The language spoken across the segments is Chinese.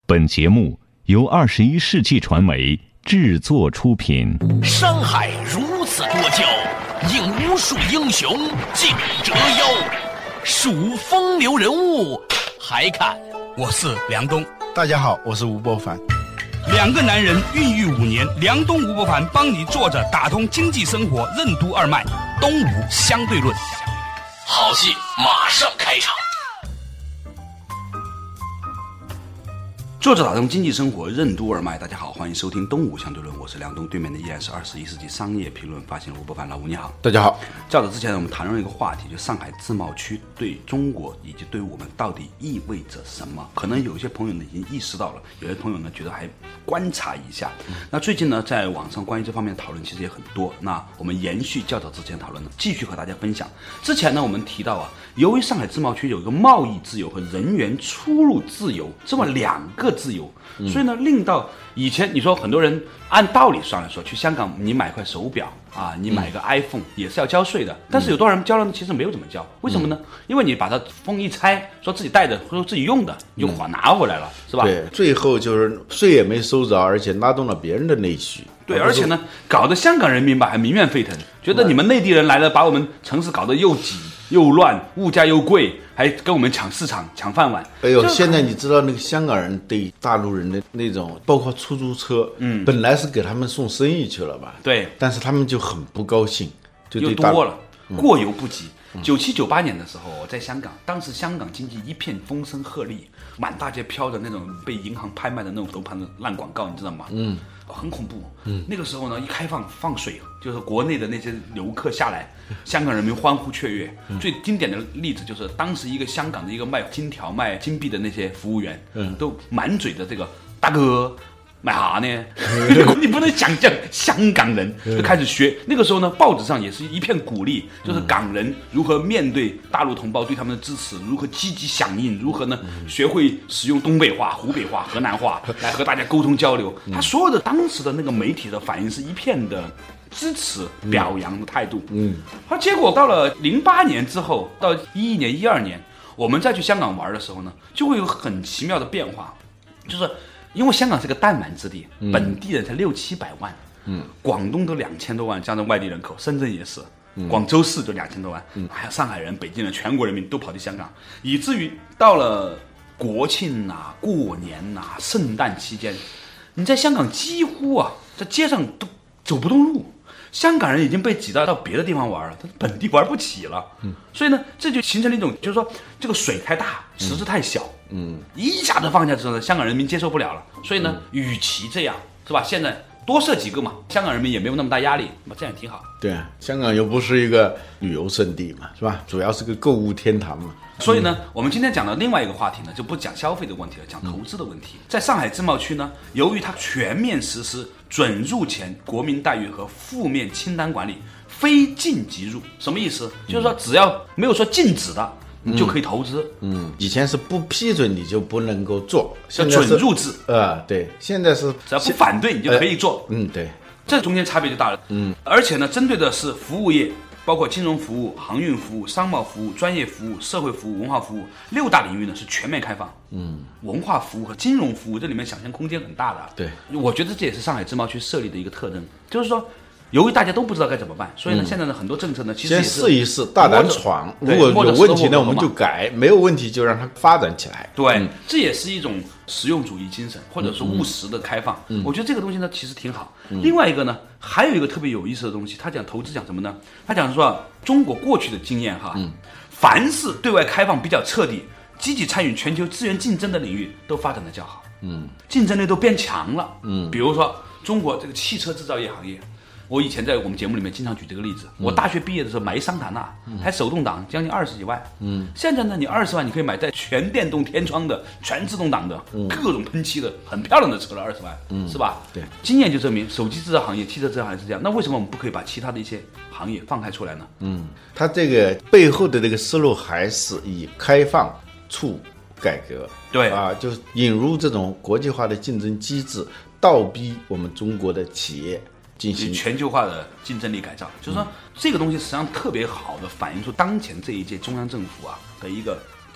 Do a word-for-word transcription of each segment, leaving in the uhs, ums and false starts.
本节目由二十一世纪传媒制作出品。 山海如此多娇，引无数英雄竞折腰。数风流人物，还看我是梁东。 大家好，我是吴伯凡。 两个男人孕育五年，梁东吴伯凡帮你坐着打通经济生活任督二脉，东吴相对论。 好戏马上开场。 作者打通经济生活任督二脉，大家好，欢迎收听东吴相对论，我是梁东，对面的依然是二十一世纪商业评论发现吴伯凡。老吴你好。 大家好。 较早之前呢，我们谈论一个话题，就上海自贸区对中国以及对我们到底意味着什么。可能有一些朋友呢已经意识到了，有些朋友呢觉得还观察一下。嗯、那最近呢，在网上关于这方面的讨论其实也很多。那我们延续较早之前讨论呢，继续和大家分享。之前呢，我们提到啊，由于上海自贸区有一个贸易自由和人员出入自由这么两个自由。嗯、所以呢，令到以前你说很多人按道理上来说，去香港你买块手表啊，你买个 iPhone 也是要交税的，嗯、但是有多少人交了呢？其实没有怎么交，为什么呢？嗯、因为你把它封一拆，说自己带着或者自己用的，你就拿回来了，嗯、是吧？ 对，最后就是税也没收着，而且拉动了别人的内需。 对，而且呢，搞得香港人民吧还民怨沸腾，觉得你们内地人来了，把我们城市搞得又挤又乱，物价又贵，还跟我们抢市场、抢饭碗。 哎呦，现在你知道那个香港人对大陆人的那种，包括出租车，嗯，本来是给他们送生意去了吧？ 对， 但是他们就很不高兴，就对又多了，嗯、过犹不及。九七九八年的时候，我在香港，当时香港经济一片风声鹤唳，满大街飘着那种被银行拍卖的那种楼盘的烂广告，你知道吗？嗯。很恐怖，嗯，那个时候呢，一开放放水，就是国内的那些游客下来，香港人民欢呼雀跃。嗯、最经典的例子就是当时一个香港的一个卖金条、卖金币的那些服务员，嗯，都满嘴的这个大哥。买啥呢？你不能想象香港人就开始学。那个时候呢，报纸上也是一片鼓励，就是港人如何面对大陆同胞对他们的支持，如何积极响应，如何呢学会使用东北话、湖北话、河南话来和大家沟通交流。他所有的当时的那个媒体的反应是一片的支持、表扬的态度。嗯，好，结果到了零八年之后，到一一年、一二年，我们再去香港玩的时候呢，就会有很奇妙的变化，就是。因为香港是个弹丸之地，嗯、本地人才六七百万，嗯，广东都两千多万，加上外地人口，深圳也是，嗯、广州市就两千多万，嗯、还有上海人、北京人，全国人民都跑去香港，以至于到了国庆啊、过年啊、圣诞期间，你在香港几乎啊，在街上都走不动路。香港人已经被挤到到别的地方玩了，他本地玩不起了，嗯，所以呢，这就形成了一种，就是说这个水太大，池子太小，嗯，一下子放下之后呢，香港人民接受不了了，所以呢，嗯、与其这样，是吧？现在多设几个嘛，香港人民也没有那么大压力，那么这样挺好。 对啊，香港又不是一个旅游胜地嘛，是吧？主要是个购物天堂嘛。 所以呢，我们今天讲的另外一个话题呢，就不讲消费的问题了，讲投资的问题。在上海自贸区呢，由于它全面实施准入前国民待遇和负面清单管理，非进即入，什么意思？就是说只要没有说禁止的，你就可以投资。 嗯，以前是不批准你就不能够做， 叫准入制。 呃，对，现在是只要不反对你就可以做。 呃、嗯，对， 这中间差别就大了。嗯，而且呢，针对的是服务业。包括金融服务、航运服务、商贸服务、专业服务、社会服务、文化服务六大领域呢是全面开放。嗯，文化服务和金融服务这里面想象空间很大的。 对， 我觉得这也是上海自贸区设立的一个特征，就是说，由于大家都不知道该怎么办，所以呢，嗯、现在呢很多政策呢其实也是先试一试，大胆闯。如果有问题呢，我们就改；没有问题就让它发展起来。 对，嗯、这也是一种实用主义精神，或者说务实的开放。嗯、我觉得这个东西呢其实挺好。嗯、另外一个呢，还有一个特别有意思的东西，他讲投资讲什么呢？他讲说、啊、中国过去的经验哈，嗯、凡是对外开放比较彻底、积极参与全球资源竞争的领域，都发展的较好。嗯，竞争力都变强了。嗯，比如说中国这个汽车制造业行业。我以前在我们节目里面经常举这个例子，嗯、我大学毕业的时候买一桑塔纳，嗯、台手动挡将近二十几万，嗯，现在呢，你二十万你可以买带全电动天窗的、全自动挡的、嗯、各种喷漆的、很漂亮的车了，二十万，嗯，是吧？ 对， 经验就证明，手机制造行业、汽车制造行业是这样，那为什么我们不可以把其他的一些行业放开出来呢？ 嗯，它这个背后的这个思路还是以开放促改革， 对啊，就是引入这种国际化的竞争机制，倒逼我们中国的企业。进行全球化的竞争力改造，就是说、嗯、这个东西实际上特别好的反映出当前这一届中央政府啊的一个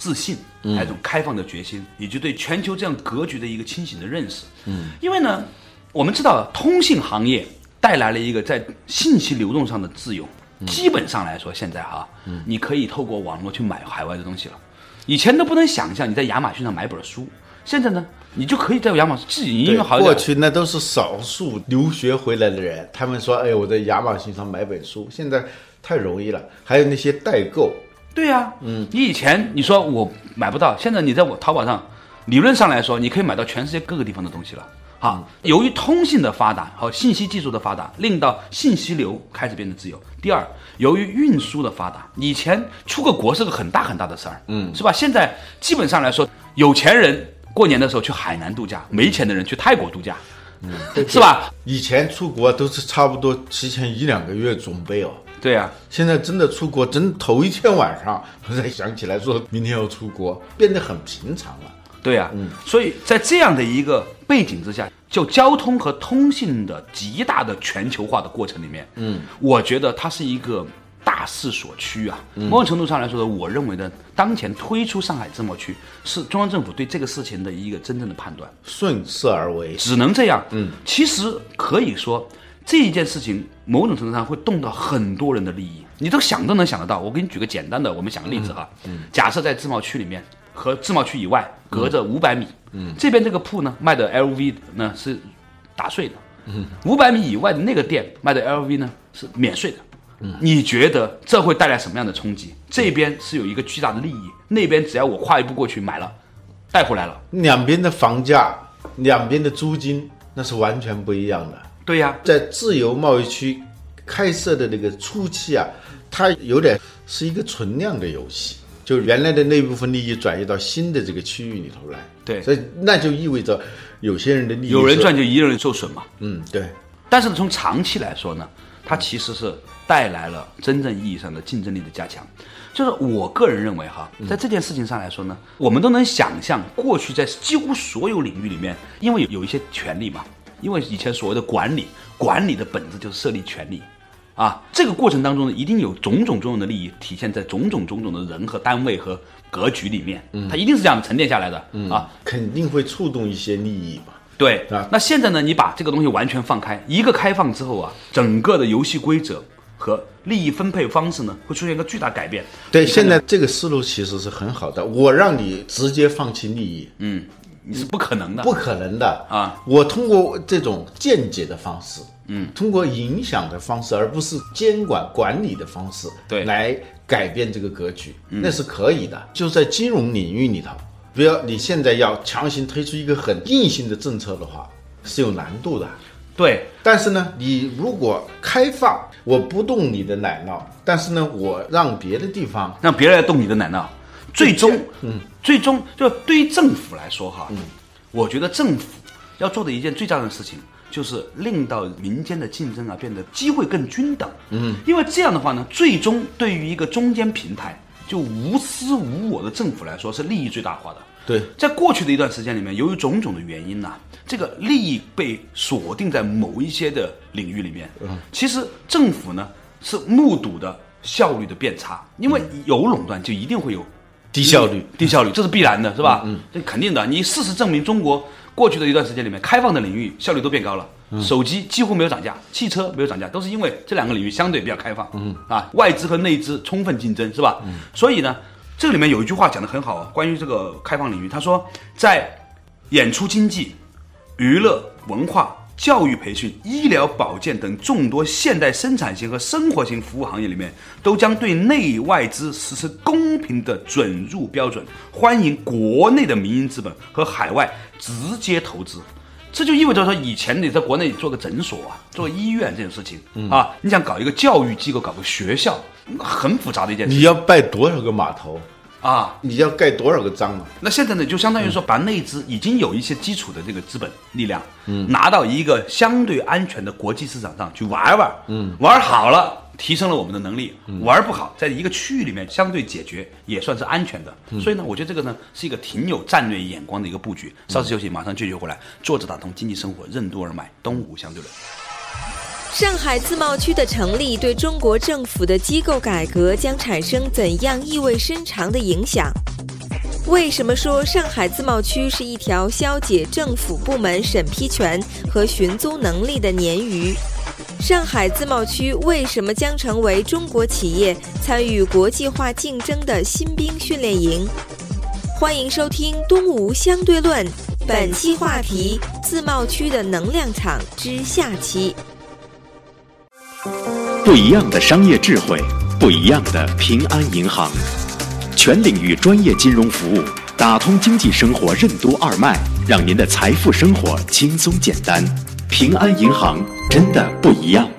自信，还有一种开放的决心，以及对全球这样格局的一个清醒的认识。嗯，因为呢，我们知道通信行业带来了一个在信息流动上的自由。基本上来说，现在哈，嗯、你可以透过网络去买海外的东西了。以前都不能想象你在亚马逊上买本书，现在呢，你就可以在亚马逊自己因为好一点。 过去那都是少数留学回来的人，他们说：“哎，我在亚马逊上买本书。”现在太容易了。还有那些代购， 对呀、啊，嗯，你以前你说我买不到，现在你在我淘宝上，理论上来说，你可以买到全世界各个地方的东西了。好，由于通信的发达和信息技术的发达，令到信息流开始变得自由。第二，由于运输的发达，以前出个国是个很大很大的事儿，嗯，是吧？现在基本上来说，有钱人过年的时候去海南度假，没钱的人去泰国度假，嗯，是吧？ 以前出国都是差不多提前一两个月准备哦。 对呀、啊， 现在真的出国，真头一天晚上我才想起来说明天要出国，变得很平常了。 对呀、啊，嗯，所以在这样的一个背景之下，就交通和通信的极大的全球化的过程里面，嗯，我觉得它是一个大势所趋啊。嗯、某种程度上来说呢，我认为呢，当前推出上海自贸区是中央政府对这个事情的一个真正的判断， 顺势而为， 只能这样。嗯，其实可以说这一件事情某种程度上会动到很多人的利益，你都想都能想得到。我给你举个简单的，我们想个例子哈，嗯，嗯假设在自贸区里面。和自贸区以外隔着五百米，嗯，这边这个铺呢卖的 L V 呢是打税的，嗯，五百米以外的那个店卖的 L V 呢是免税的，嗯，你觉得这会带来什么样的冲击？这边是有一个巨大的利益，那边只要我跨一步过去买了，带回来了， 两边的房价、两边的租金那是完全不一样的。 对呀、啊， 在自由贸易区开设的那个初期啊，它有点是一个存量的游戏。就原来的那部分利益转移到新的这个区域里头来， 对， 所以那就意味着有些人的利益有人赚就一个人受损嘛， 嗯，对。 但是从长期来说呢，它其实是带来了真正意义上的竞争力的加强。就是我个人认为哈，在这件事情上来说呢，我们都能想象过去在几乎所有领域里面，因为有一些权利嘛，因为以前所谓的管理，管理的本质就是设立权利。啊，这个过程当中呢，一定有种种种种的利益体现在种种种种的人和单位和格局里面，嗯，它一定是这样沉淀下来的，嗯啊， 肯定会触动一些利益吧。 对啊，那现在呢，你把这个东西完全放开，一个开放之后啊，整个的游戏规则和利益分配方式呢，会出现一个巨大改变。 对，现在这个思路其实是很好的，我让你直接放弃利益， 嗯，你是不可能的， 不可能的啊！ 我通过这种间接的方式。嗯，通过影响的方式，而不是监管管理的方式， 对， 来改变这个格局，嗯、那是可以的。就在金融领域里头，比如你现在要强行推出一个很硬性的政策的话，是有难度的。 对， 但是呢，你如果开放，我不动你的奶酪，但是呢，我让别的地方让别人来动你的奶酪，最终，嗯，最终就对于政府来说哈，嗯，我觉得政府要做的一件最重要的事情。就是令到民间的竞争啊变得机会更均等，嗯，因为这样的话呢，最终对于一个中间平台就无私无我的政府来说是利益最大化的。 对， 在过去的一段时间里面，由于种种的原因呢、啊，这个利益被锁定在某一些的领域里面，嗯，其实政府呢是目睹的效率的变差，因为有垄断就一定会有低效率， 低效率这是必然的，是吧？嗯，这肯定的。你事实证明，中国。过去的一段时间里面，开放的领域效率都变高了，嗯、手机几乎没有涨价，汽车没有涨价，都是因为这两个领域相对比较开放，嗯啊，外资和内资充分竞争，是吧？嗯、所以呢，这个里面有一句话讲得很好啊，关于这个开放领域，他说，在演出经济、娱乐文化、教育培训、医疗保健等众多现代生产型和生活型服务行业里面，都将对内外资实施公平的准入标准，欢迎国内的民营资本和海外直接投资。这就意味着说，以前你在国内做个诊所啊，做个医院这种事情、嗯、啊，你想搞一个教育机构，搞个学校，很复杂的一件事情。 你要拜多少个码头？ 啊， 你要盖多少个章啊？ 那现在呢，就相当于说把内资已经有一些基础的这个资本力量，嗯，拿到一个相对安全的国际市场上去玩玩，嗯，玩好了提升了我们的能力，嗯、玩不好在一个区域里面相对解决也算是安全的。嗯、所以呢，我觉得这个呢是一个挺有战略眼光的一个布局。稍事休息，马上继续回来。作者打通经济生活，任督而买，东吴相对论。 上海自贸区的成立对中国政府的机构改革将产生怎样意味深长的影响？ 为什么说上海自贸区是一条消解政府部门审批权和寻租能力的鲶鱼？上海自贸区为什么将成为中国企业参与国际化竞争的新兵训练营？欢迎收听《东吴相对论》，本期话题：自贸区的能量场之下期。 不一样的商业智慧，不一样的平安银行，全领域专业金融服务，打通经济生活任督二脉，让您的财富生活轻松简单。平安银行真的不一样。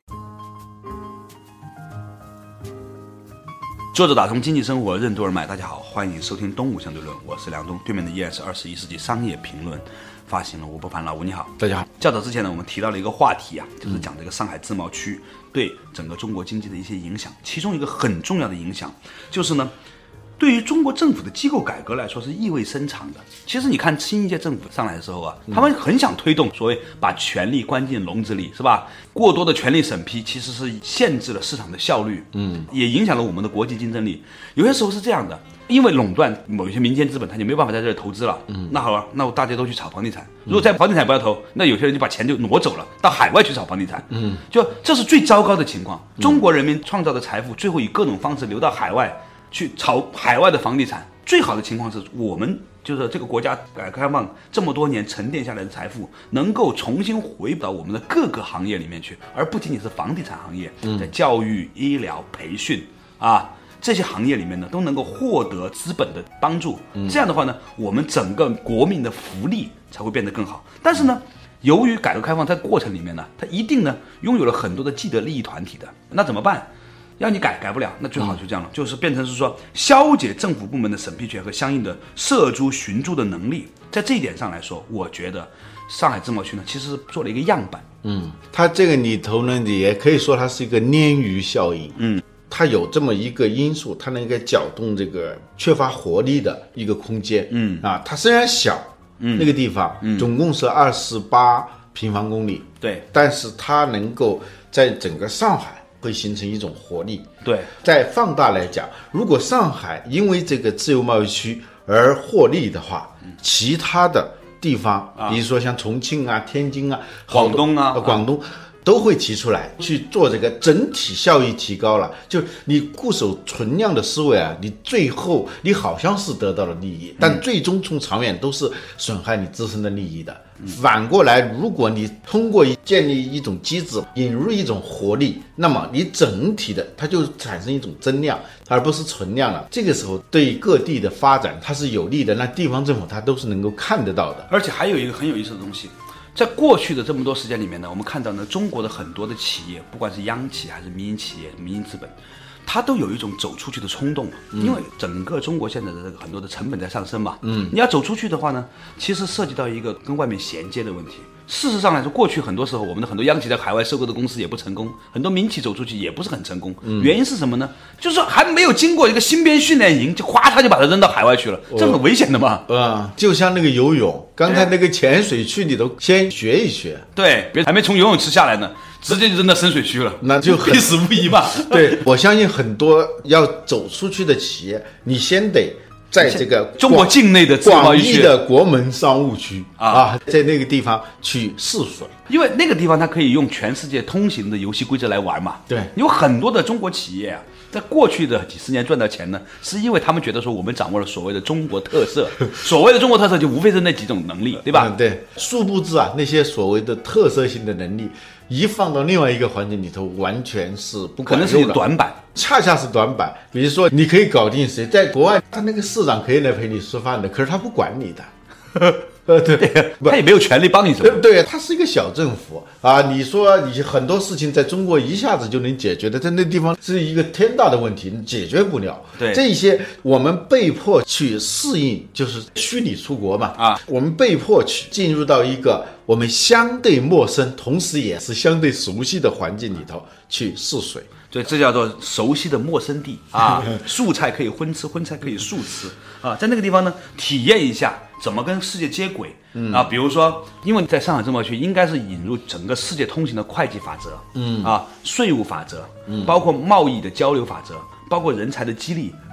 作者打通经济生活任督二脉，大家好，欢迎收听东吴相对论，我是梁东，对面的依然是二十一世纪商业评论发行人吴伯凡，老吴你好。 大家好。较早之前呢，我们提到了一个话题啊，就是讲这个上海自贸区对整个中国经济的一些影响，其中一个很重要的影响就是呢，对于中国政府的机构改革来说是意味深长的。其实你看新一届政府上来的时候啊，他们很想推动所谓把权力关进笼子里，是吧？过多的权力审批其实是限制了市场的效率，嗯，也影响了我们的国际竞争力。有些时候是这样的，因为垄断某一些民间资本，他就没有办法在这里投资了。嗯，那好了，那我大家都去炒房地产。如果在房地产不要投，那有些人就把钱就挪走了，到海外去炒房地产。嗯，就这是最糟糕的情况。中国人民创造的财富，最后以各种方式流到海外。去炒海外的房地产，最好的情况是我们就是这个国家改革开放这么多年沉淀下来的财富，能够重新回到我们的各个行业里面去，而不仅仅是房地产行业，在教育、医疗、培训啊这些行业里面呢，都能够获得资本的帮助。这样的话呢，我们整个国民的福利才会变得更好。但是呢，由于改革开放在过程里面呢，它一定呢拥有了很多的既得利益团体的，那怎么办？要你改改不了，那最好就这样了，嗯、就是变成是说消解政府部门的审批权和相应的涉租寻租的能力。在这一点上来说，我觉得上海自贸区呢，其实做了一个样板。 嗯，它这个里头呢，也可以说它是一个鲶鱼效应。嗯，它有这么一个因素，它能够搅动这个缺乏活力的一个空间。嗯啊，它虽然小，嗯，那个地方，嗯，总共是二十八平方公里， 对， 但是它能够在整个上海。会形成一种活力。 对， 再放大来讲，如果上海因为这个自由贸易区而获利的话，嗯、其他的地方，啊、比如说像重庆啊、天津啊、 广东啊、 呃、广东。都会提出来去做这个整体效益提高了，就你固守存量的思维啊，你最后你好像是得到了利益，但最终从长远都是损害你自身的利益的。嗯、反过来，如果你通过建立一种机制，引入一种活力，那么你整体的它就产生一种增量，而不是存量了。这个时候对各地的发展它是有利的，那地方政府它都是能够看得到的。 而且还有一个很有意思的东西。在过去的这么多时间里面呢，我们看到呢，中国的很多的企业，不管是央企还是民营企业、民营资本，它都有一种走出去的冲动，嗯、因为整个中国现在的这个很多的成本在上升嘛，嗯，你要走出去的话呢，其实涉及到一个跟外面衔接的问题。事实上来说，过去很多时候我们的很多央企在海外收购的公司也不成功，很多民企走出去也不是很成功，嗯、原因是什么呢？就是说还没有经过一个新编训练营，就哗他就把它扔到海外去了，这很危险的嘛。 呃，就像那个游泳，刚才那个浅水区里头先学一学， 对，别还没从游泳池下来呢，直接就扔到深水区了， 那就必死无疑嘛。 对，我相信很多要走出去的企业，你先得。在这个中国境内的广义的国门商务区 啊, 啊，在那个地方去试水， 因为那个地方它可以用全世界通行的游戏规则来玩嘛。 对， 有很多的中国企业啊，在过去的几十年赚到钱呢，是因为他们觉得说我们掌握了所谓的中国特色，所谓的中国特色就无非是那几种能力，对吧？ 嗯、对，殊不知啊，那些所谓的特色性的能力，一放到另外一个环境里头，完全是不可能是短板。 恰恰是短板，比如说你可以搞定谁，在国外他那个市长可以来陪你吃饭的，可是他不管你的，呃，对， 他也没有权利帮你什么， 对不对？他是一个小政府啊，你说你很多事情在中国一下子就能解决的，在那地方是一个天大的问题，你解决不了。 对， 这些我们被迫去适应，就是虚拟出国嘛啊，我们被迫去进入到一个我们相对陌生，同时也是相对熟悉的环境里头去试水。 对，这叫做熟悉的陌生地啊，素菜可以荤吃，荤菜可以素吃啊，在那个地方呢，体验一下怎么跟世界接轨、嗯、啊。比如说，因为在上海自贸区应该是引入整个世界通行的会计法则，嗯啊，税务法则，嗯，包括贸易的交流法则，包括人才的激励，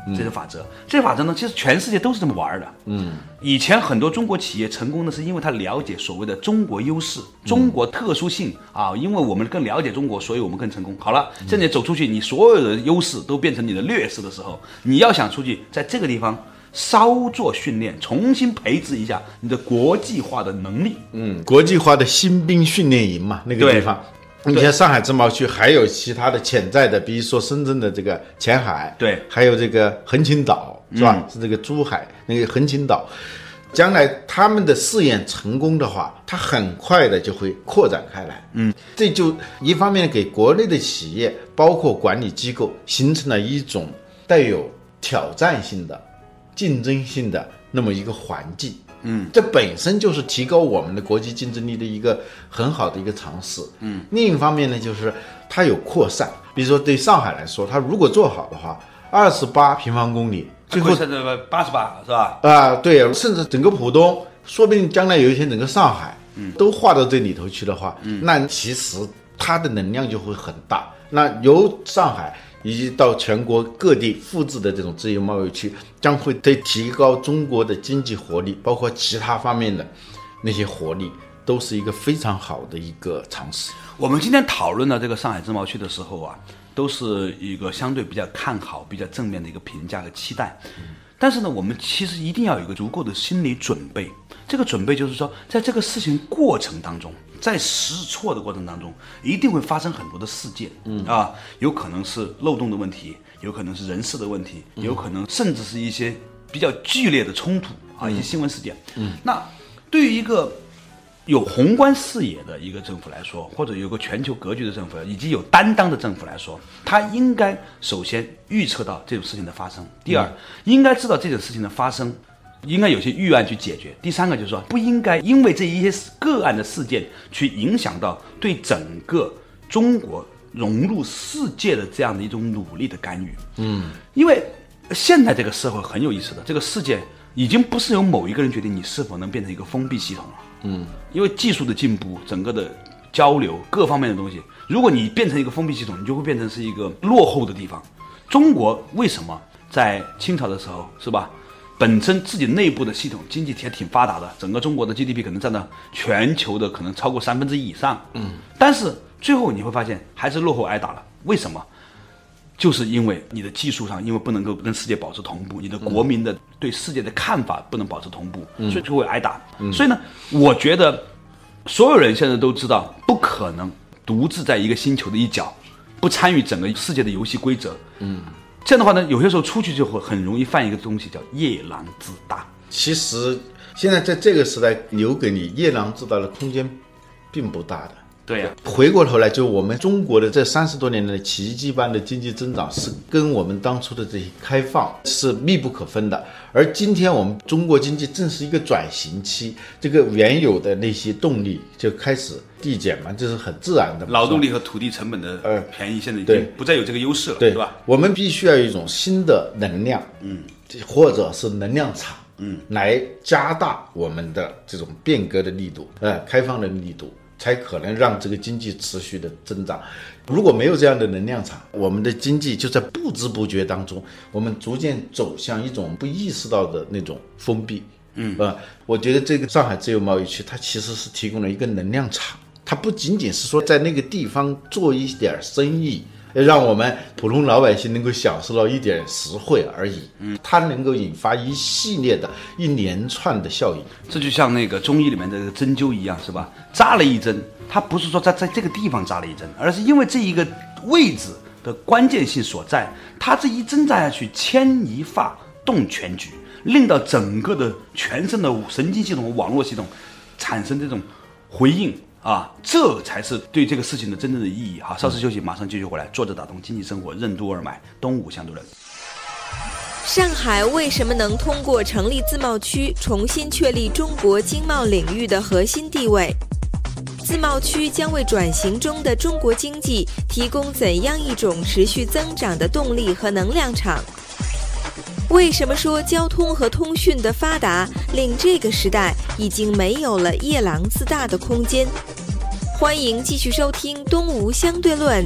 这是法则。这些法则呢，其实全世界都是这么玩的。嗯，以前很多中国企业成功的是因为他了解所谓的中国优势、中国特殊性啊，因为我们更了解中国，所以我们更成功。好了，现在走出去，你所有的优势都变成你的劣势的时候，你要想出去，在这个地方稍作训练，重新培植一下你的国际化的能力。 嗯，国际化的新兵训练营嘛，那个地方。你像上海自贸区还有其他的潜在的，比如说深圳的这个前海， 对， 还有这个横琴岛，是吧？嗯、是这个珠海那个横琴岛，将来他们的试验成功的话，它很快的就会扩展开来。嗯，这就一方面给国内的企业，包括管理机构，形成了一种带有挑战性的、竞争性的那么一个环境。嗯，这本身就是提高我们的国际竞争力的一个很好的一个尝试。嗯，另一方面呢，就是它有扩散。比如说对上海来说，它如果做好的话，二十八平方公里，最后八十八是吧？ 啊，对，甚至整个浦东，说不定将来有一天整个上海，嗯，都划到这里头去的话，嗯，那其实它的能量就会很大。那由上海以及到全国各地复制的这种自由贸易区，将会对提高中国的经济活力，包括其他方面的那些活力，都是一个非常好的一个尝试。 我们今天讨论的这个上海自贸区的时候啊，都是一个相对比较看好、比较正面的一个评价和期待。但是呢，我们其实一定要有一个足够的心理准备。这个准备就是说，在这个事情过程当中，在试错的过程当中，一定会发生很多的事件，嗯啊，有可能是漏洞的问题，有可能是人事的问题，有可能甚至是一些比较剧烈的冲突啊，一些新闻事件。嗯，那对于一个有宏观视野的一个政府来说，或者有个全球格局的政府，以及有担当的政府来说，他应该首先预测到这种事情的发生，第二，嗯、应该知道这种事情的发生应该有些预案去解决，第三个就是说，不应该因为这一些个案的事件去影响到对整个中国融入世界的这样的一种努力的干预。嗯，因为现在这个社会很有意思的，这个世界已经不是由某一个人决定你是否能变成一个封闭系统了。嗯，因为技术的进步，整个的交流各方面的东西，如果你变成一个封闭系统，你就会变成是一个落后的地方。中国为什么在清朝的时候，是吧？本身自己内部的系统经济也挺发达的，整个中国的 G D P 可能占到全球的可能超过三分之一以上。嗯，但是最后你会发现还是落后挨打了。为什么？就是因为你的技术上，因为不能够跟世界保持同步，你的国民的对世界的看法不能保持同步，嗯、所以就会挨打。嗯、所以呢，我觉得所有人现在都知道，不可能独自在一个星球的一角，不参与整个世界的游戏规则。嗯。这样的话呢，有些时候出去就会很容易犯一个东西，叫夜郎自大。 其实现在在这个时代，留给你夜郎自大的空间并不大的。 对呀、 啊，回过头来，就我们中国的这三十多年的奇迹般的经济增长，是跟我们当初的这些开放是密不可分的。而今天我们中国经济正是一个转型期，这个原有的那些动力就开始递减嘛，这是很自然的。 劳动力和土地成本的呃便宜，现在已经不再有这个优势了， 对是吧？ 我们必须要有一种新的能量，嗯，或者是能量场，嗯，来加大我们的这种变革的力度，呃，开放的力度。才可能让这个经济持续的增长。如果没有这样的能量场，我们的经济就在不知不觉当中，我们逐渐走向一种不意识到的那种封闭。嗯，呃，我觉得这个上海自由贸易区，它其实是提供了一个能量场，它不仅仅是说在那个地方做一点生意，让我们普通老百姓能够享受到一点实惠而已。嗯，它能够引发一系列的一连串的效应。 这就像那个中医里面的针灸一样，是吧？扎了一针，它不是说在在这个地方扎了一针，而是因为这一个位置的关键性所在，它这一针扎下去，牵一发动全局，令到整个的全身的神经系统和网络系统产生这种回应。啊，这才是对这个事情的真正的意义哈！稍事休息，马上继续回来。坐着打通经济生活，任督二脉，东吴相对论。 上海为什么能通过成立自贸区，重新确立中国经贸领域的核心地位？自贸区将为转型中的中国经济提供怎样一种持续增长的动力和能量场？为什么说交通和通讯的发达令这个时代已经没有了夜郎自大的空间？欢迎继续收听《东吴相对论》，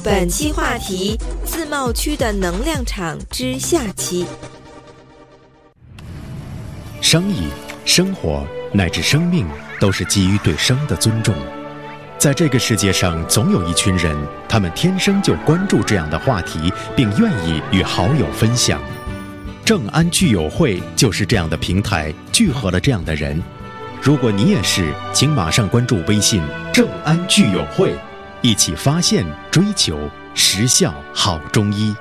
本期话题：自贸区的能量场之下期。 生意、生活乃至生命都是基于对生的尊重。在这个世界上，总有一群人，他们天生就关注这样的话题，并愿意与好友分享。正安聚友会就是这样的平台，聚合了这样的人。如果你也是，请马上关注微信正安聚友会，一起发现、追求实效好中医。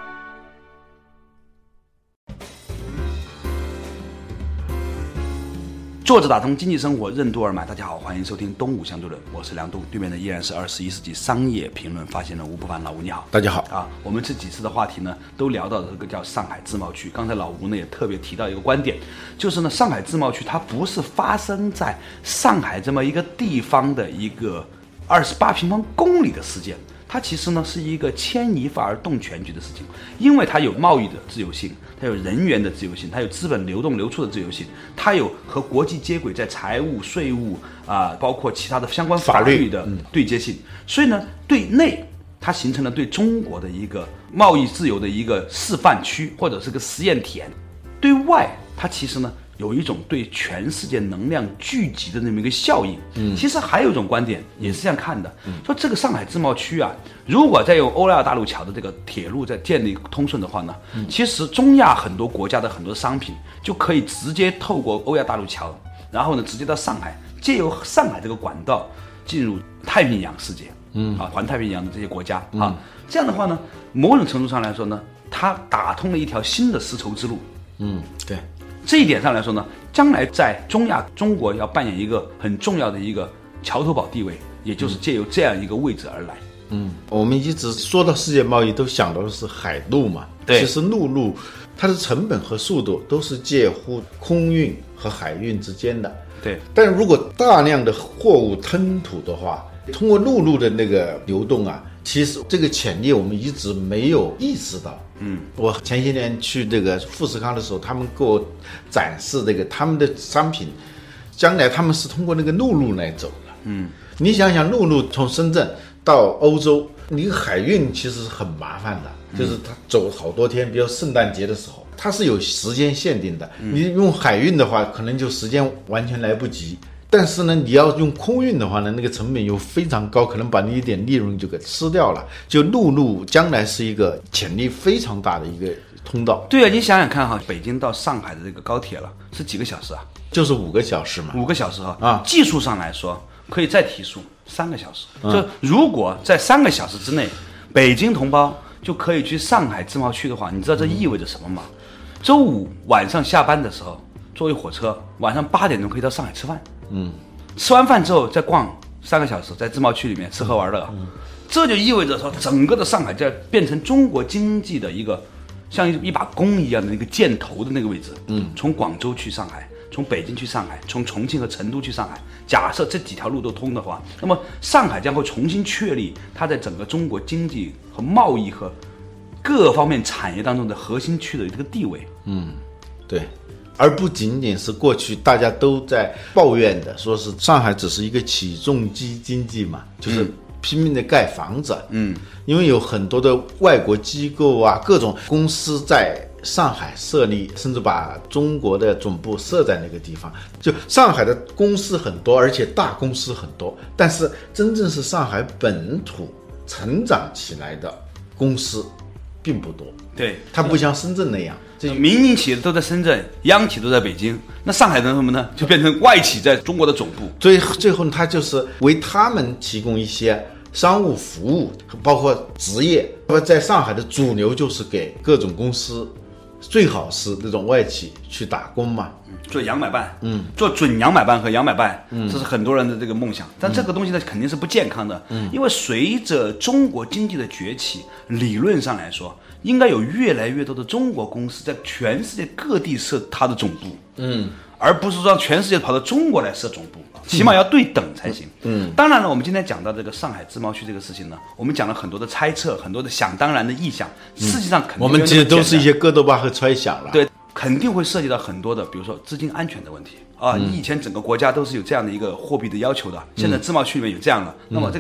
作者打通经济生活任督二脉，大家好，欢迎收听东吴相对论，我是梁东，对面的依然是二十一世纪商业评论发现人吴不凡，老吴你好。 大家好啊，我们这几次的话题呢，都聊到这个叫上海自贸区。刚才老吴呢也特别提到一个观点，就是呢，上海自贸区它不是发生在上海这么一个地方的一个二十八平方公里的事件。它其实呢是一个牵一发而动全局的事情，因为它有贸易的自由性，它有人员的自由性，它有资本流动流出的自由性，它有和国际接轨在财务、税务啊、呃，包括其他的相关法律的对接性。嗯、所以呢，对内它形成了对中国的一个贸易自由的一个示范区或者是个实验田；对外，它其实呢有一种对全世界能量聚集的那么一个效应。嗯，其实还有一种观点也是这样看的，嗯、说这个上海自贸区啊，如果再用欧亚大陆桥的这个铁路在建立通顺的话呢，嗯、其实中亚很多国家的很多商品就可以直接透过欧亚大陆桥，然后呢直接到上海，借由上海这个管道进入太平洋世界。嗯，啊，环太平洋的这些国家啊，嗯、这样的话呢，某种程度上来说呢，它打通了一条新的丝绸之路。 嗯，对。 这一点上来说呢，将来在中亚，中国要扮演一个很重要的一个桥头堡地位，也就是借由这样一个位置而来。 嗯，我们一直说到世界贸易，都想到的是海陆嘛。 对， 其实陆路它的成本和速度都是介乎空运和海运之间的。 对， 但如果大量的货物吞吐的话，通过陆路的那个流动啊，其实这个潜力我们一直没有意识到。嗯，我前些年去这个富士康的时候，他们给我展示这个他们的商品，将来他们是通过那个陆路来走的。嗯，你想想，陆路从深圳到欧洲，你海运其实是很麻烦的，嗯、就是它走好多天，比如圣诞节的时候，它是有时间限定的。嗯、你用海运的话，可能就时间完全来不及。但是呢，你要用空运的话呢，那个成本又非常高，可能把你一点利润就给吃掉了。就陆路将来是一个潜力非常大的一个通道。 对啊，你想想看哈，北京到上海的这个高铁了，是几个小时啊？ 就是五个小时嘛。 五个小时哈啊， 技术上来说可以再提速三个小时。嗯、就如果在三个小时之内，北京同胞就可以去上海自贸区的话，你知道这意味着什么吗？嗯、周五晚上下班的时候，坐一火车，晚上八点钟可以到上海吃饭。嗯，吃完饭之后再逛三个小时，在自贸区里面吃喝玩乐，嗯、这就意味着说，整个的上海在变成中国经济的一个像一一把弓一样的那个箭头的那个位置。嗯，从广州去上海，从北京去上海，从重庆和成都去上海。假设这几条路都通的话，那么上海将会重新确立它在整个中国经济和贸易和各方面产业当中的核心区的这个地位。 嗯，对。而不仅仅是过去大家都在抱怨的，说是上海只是一个起重机经济嘛，就是拼命的盖房子。嗯，因为有很多的外国机构啊，各种公司在上海设立，甚至把中国的总部设在那个地方。就上海的公司很多，而且大公司很多，但是真正是上海本土成长起来的公司并不多。 对， 它不像深圳那样。 这民营企业都在深圳，央企都在北京，那上海的什么呢？就变成外企在中国的总部。 所以最后它就是为他们提供一些商务服务，包括职业。在上海的主流就是给各种公司，最好是那种外企去打工嘛， 嗯、做洋买办，嗯，做准洋买办和洋买办，嗯，这是很多人的这个梦想。但这个东西呢，肯定是不健康的，嗯，因为随着中国经济的崛起，理论上来说，应该有越来越多的中国公司在全世界各地设它的总部，嗯，而不是让全世界跑到中国来设总部，起码要对等才行。嗯，当然了，我们今天讲到这个上海自贸区这个事情呢，我们讲了很多的猜测，很多的想当然的臆想，实际上肯定我们其实都是一些哥德巴赫猜想了。 对，肯定会涉及到很多的，比如说资金安全的问题啊。你以前整个国家都是有这样的一个货币的要求的，现在自贸区里面有这样了，那么这个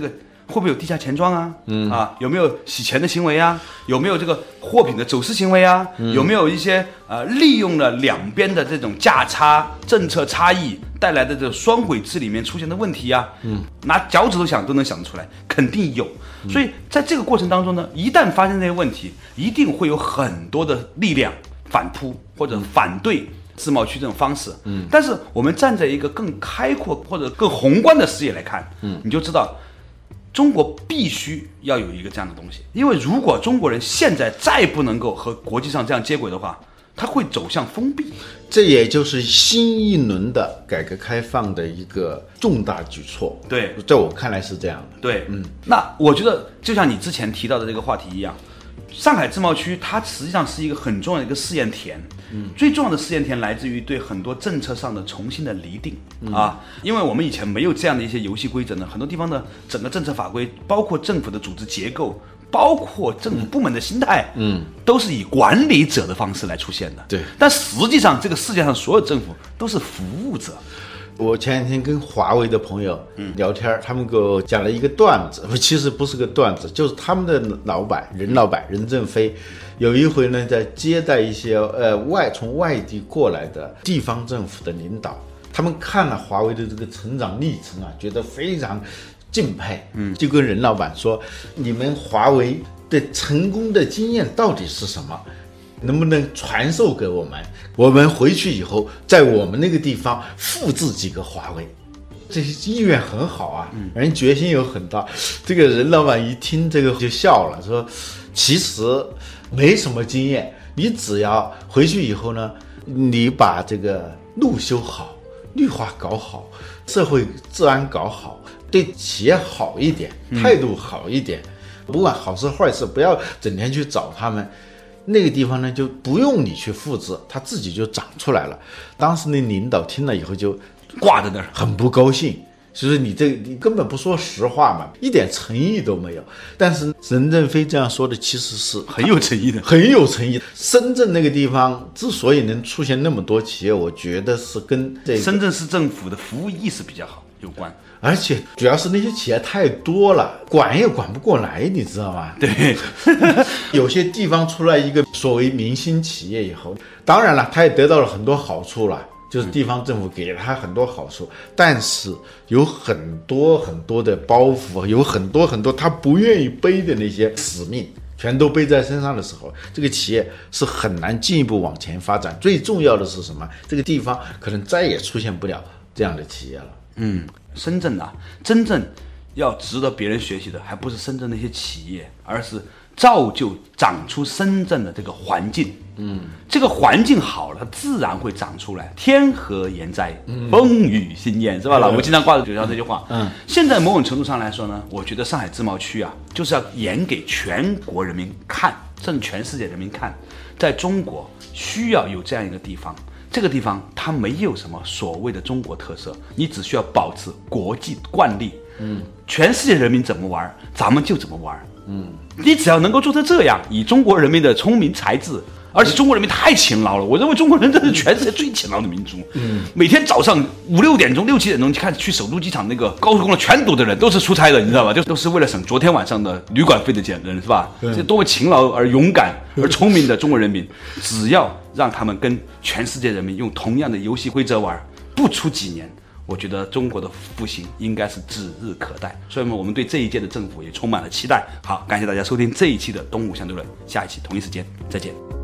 会不会有地下钱庄啊？嗯啊，有没有洗钱的行为啊？有没有这个货品的走私行为啊？嗯、有没有一些呃利用了两边的这种价差、政策差异带来的这种双轨制里面出现的问题啊？嗯，拿脚趾头想都能想得出来，肯定有。所以在这个过程当中呢，一旦发生这些问题，一定会有很多的力量反扑或者反对自贸区这种方式。嗯，但是我们站在一个更开阔或者更宏观的视野来看，嗯，你就知道。中国必须要有一个这样的东西，因为如果中国人现在再不能够和国际上这样接轨的话，它会走向封闭。 这也就是新一轮的改革开放的一个重大举措。 对， 在我看来是这样的。 对，嗯，那我觉得就像你之前提到的这个话题一样，上海自贸区它实际上是一个很重要的一个试验田。嗯，最重要的试验田来自于对很多政策上的重新的厘定、嗯、啊，因为我们以前没有这样的一些游戏规则呢，很多地方的整个政策法规，包括政府的组织结构，包括政府部门的心态，嗯，都是以管理者的方式来出现的。 对， 但实际上这个世界上所有政府都是服务者。 我前两天跟华为的朋友聊天、嗯、他们给我讲了一个段子，其实不是个段子，就是他们的老板任老板任正非有一回呢，在接待一些呃外从外地过来的地方政府的领导，他们看了华为的这个成长历程啊，觉得非常敬佩，嗯，就跟任老板说，你们华为的成功的经验到底是什么？能不能传授给我们？我们回去以后，在我们那个地方复制几个华为。这些意愿很好啊，人决心有很大。这个任老板一听这个就笑了，说其实没什么经验，你只要回去以后呢，你把这个路修好，绿化搞好，社会治安搞好，对企业好一点，态度好一点，不管好事坏事，不要整天去找他们。那个地方呢，就不用你去复制，它自己就长出来了。当时那领导听了以后就挂在那儿， 很不高兴。就是你这你根本不说实话嘛，一点诚意都没有。但是任正非这样说的其实是很有诚意的， 很有诚意的。深圳那个地方之所以能出现那么多企业，我觉得是跟这个深圳市政府的服务意识比较好有关。 而且主要是那些企业太多了，管也管不过来，你知道吗？ 对， 有些地方出来一个所谓明星企业以后，当然了，他也得到了很多好处了，就是地方政府给了他很多好处，但是有很多很多的包袱，有很多很多他不愿意背的那些使命，全都背在身上的时候，这个企业是很难进一步往前发展。最重要的是什么？这个地方可能再也出现不了这样的企业了。 嗯，深圳啊，真正要值得别人学习的，还不是深圳那些企业，而是造就长出深圳的这个环境。嗯，这个环境好了，自然会长出来天和炎灾，嗯、风雨兴燕，是吧？嗯、老吴经常挂在嘴上这句话。嗯，现在某种程度上来说呢，我觉得上海自贸区啊，就是要演给全国人民看，甚至全世界人民看，在中国需要有这样一个地方。这个地方它没有什么所谓的中国特色，你只需要保持国际惯例。嗯，全世界人民怎么玩，咱们就怎么玩。嗯，你只要能够做成这样，以中国人民的聪明才智，而且中国人民太勤劳了，我认为中国人真是全世界最勤劳的民族。嗯，每天早上五六点钟、六七点钟，你看去首都机场那个高速公路全堵的人，都是出差的，你知道吧？就都是为了省昨天晚上的旅馆费的钱人，是吧？这多么勤劳而勇敢而聪明的中国人民，只要让他们跟全世界人民用同样的游戏规则玩，不出几年，我觉得中国的复兴应该是指日可待。所以我们对这一届的政府也充满了期待。好，感谢大家收听这一期的东吴相对论，下一期同一时间再见。